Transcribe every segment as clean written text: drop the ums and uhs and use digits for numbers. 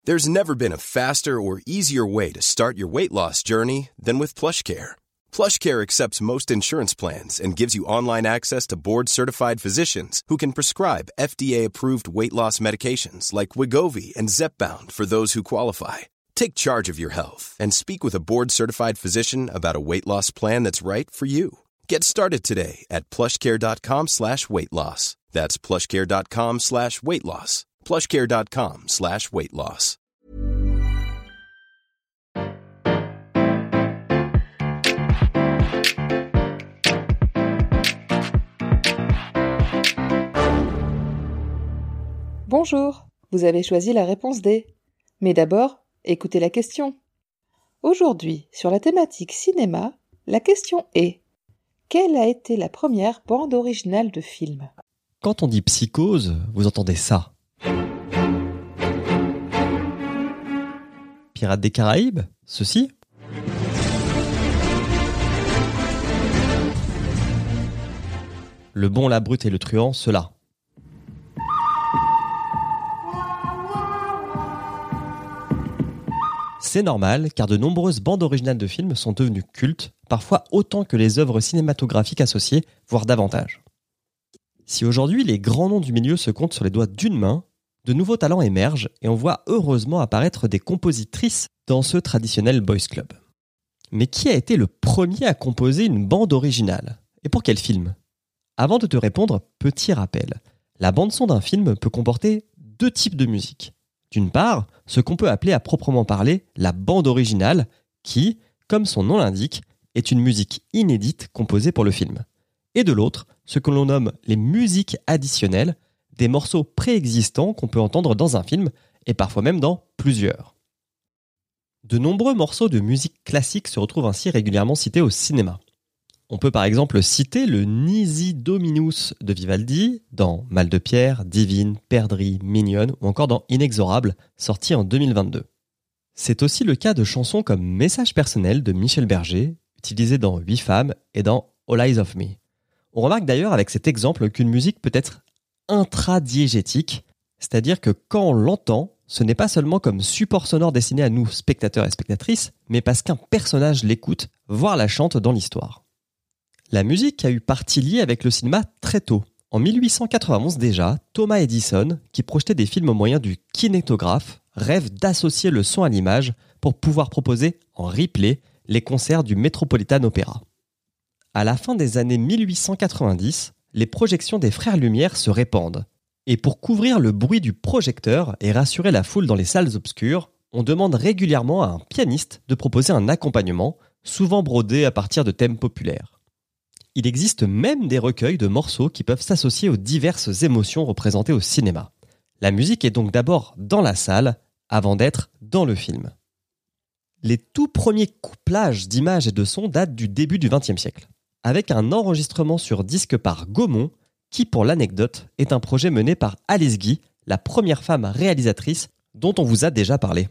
There's never been a faster or easier way to start your weight loss journey than with PlushCare. PlushCare accepts most insurance plans and gives you online access to board-certified physicians who can prescribe FDA-approved weight loss medications like Wegovy and Zepbound for those who qualify. Take charge of your health and speak with a board-certified physician about a weight loss plan that's right for you. Get started today at plushcare.com/weight loss. That's plushcare.com/weight loss. plushcare.com/weight loss. Bonjour, vous avez choisi la réponse D. Mais d'abord, écoutez la question. Aujourd'hui, sur la thématique cinéma, la question est: quelle a été la première bande originale de film ? Quand on dit psychose, vous entendez ça. Pirates des Caraïbes, ceci. Le bon, la brute et le truand, cela. C'est normal, car de nombreuses bandes originales de films sont devenues cultes, parfois autant que les œuvres cinématographiques associées, voire davantage. Si aujourd'hui les grands noms du milieu se comptent sur les doigts d'une main, de nouveaux talents émergent et on voit heureusement apparaître des compositrices dans ce traditionnel boys club. Mais qui a été le premier à composer une bande originale ? Et pour quel film ? Avant de te répondre, petit rappel. La bande-son d'un film peut comporter deux types de musique. D'une part, ce qu'on peut appeler à proprement parler la bande originale, qui, comme son nom l'indique, est une musique inédite composée pour le film. Et de l'autre, ce que l'on nomme les musiques additionnelles, des morceaux préexistants qu'on peut entendre dans un film, et parfois même dans plusieurs. De nombreux morceaux de musique classique se retrouvent ainsi régulièrement cités au cinéma. On peut par exemple citer le Nisi Dominus de Vivaldi dans Mal de Pierre, Divine, Perdrix, Mignonne ou encore dans Inexorable, sorti en 2022. C'est aussi le cas de chansons comme Message personnel de Michel Berger, utilisé dans 8 femmes et dans All Eyes of Me. On remarque d'ailleurs avec cet exemple qu'une musique peut être intradiégétique, c'est-à-dire que quand on l'entend, ce n'est pas seulement comme support sonore destiné à nous, spectateurs et spectatrices, mais parce qu'un personnage l'écoute, voire la chante dans l'histoire. La musique a eu partie liée avec le cinéma très tôt. En 1891 déjà, Thomas Edison, qui projetait des films au moyen du kinétographe, rêve d'associer le son à l'image pour pouvoir proposer en replay les concerts du Metropolitan Opera. À la fin des années 1890, les projections des Frères Lumière se répandent. Et pour couvrir le bruit du projecteur et rassurer la foule dans les salles obscures, on demande régulièrement à un pianiste de proposer un accompagnement, souvent brodé à partir de thèmes populaires. Il existe même des recueils de morceaux qui peuvent s'associer aux diverses émotions représentées au cinéma. La musique est donc d'abord dans la salle, avant d'être dans le film. Les tout premiers couplages d'images et de sons datent du début du XXe siècle, avec un enregistrement sur disque par Gaumont, qui, pour l'anecdote, est un projet mené par Alice Guy, la première femme réalisatrice dont on vous a déjà parlé.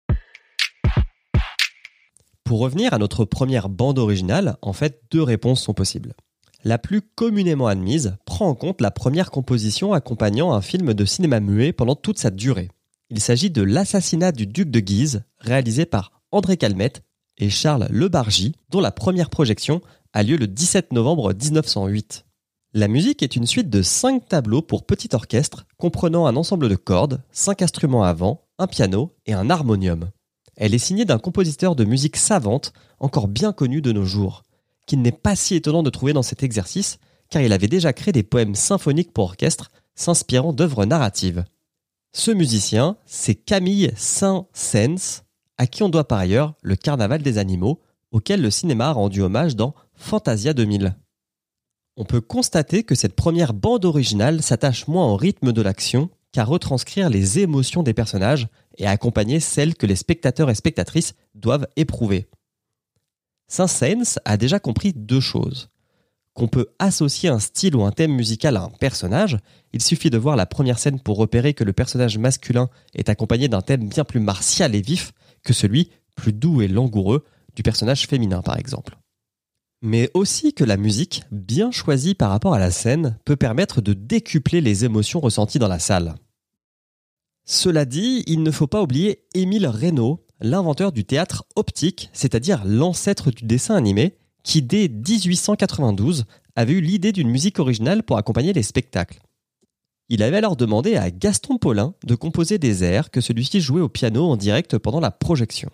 Pour revenir à notre première bande originale, en fait, deux réponses sont possibles. La plus communément admise prend en compte la première composition accompagnant un film de cinéma muet pendant toute sa durée. Il s'agit de L'assassinat du duc de Guise, réalisé par André Calmette et Charles Lebargy, dont la première projection a lieu le 17 novembre 1908. La musique est une suite de 5 tableaux pour petit orchestre, comprenant un ensemble de cordes, 5 instruments à vent, un piano et un harmonium. Elle est signée d'un compositeur de musique savante, encore bien connu de nos jours, qu'il n'est pas si étonnant de trouver dans cet exercice, car il avait déjà créé des poèmes symphoniques pour orchestre, s'inspirant d'œuvres narratives. Ce musicien, c'est Camille Saint-Saëns, à qui on doit par ailleurs le Carnaval des animaux, auquel le cinéma a rendu hommage dans Fantasia 2000. On peut constater que cette première bande originale s'attache moins au rythme de l'action qu'à retranscrire les émotions des personnages et à accompagner celles que les spectateurs et spectatrices doivent éprouver. Saint-Saëns a déjà compris deux choses. Qu'on peut associer un style ou un thème musical à un personnage, il suffit de voir la première scène pour repérer que le personnage masculin est accompagné d'un thème bien plus martial et vif que celui, plus doux et langoureux, du personnage féminin par exemple. Mais aussi que la musique, bien choisie par rapport à la scène, peut permettre de décupler les émotions ressenties dans la salle. Cela dit, il ne faut pas oublier Émile Reynaud, l'inventeur du théâtre optique, c'est-à-dire l'ancêtre du dessin animé, qui dès 1892 avait eu l'idée d'une musique originale pour accompagner les spectacles. Il avait alors demandé à Gaston Paulin de composer des airs que celui-ci jouait au piano en direct pendant la projection.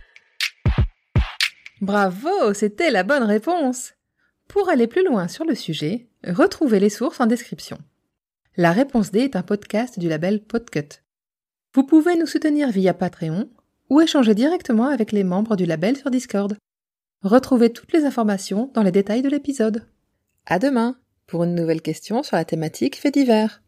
Bravo, c'était la bonne réponse! Pour aller plus loin sur le sujet, retrouvez les sources en description. La réponse D est un podcast du label Podcut. Vous pouvez nous soutenir via Patreon ou échanger directement avec les membres du label sur Discord. Retrouvez toutes les informations dans les détails de l'épisode. À demain pour une nouvelle question sur la thématique faits divers.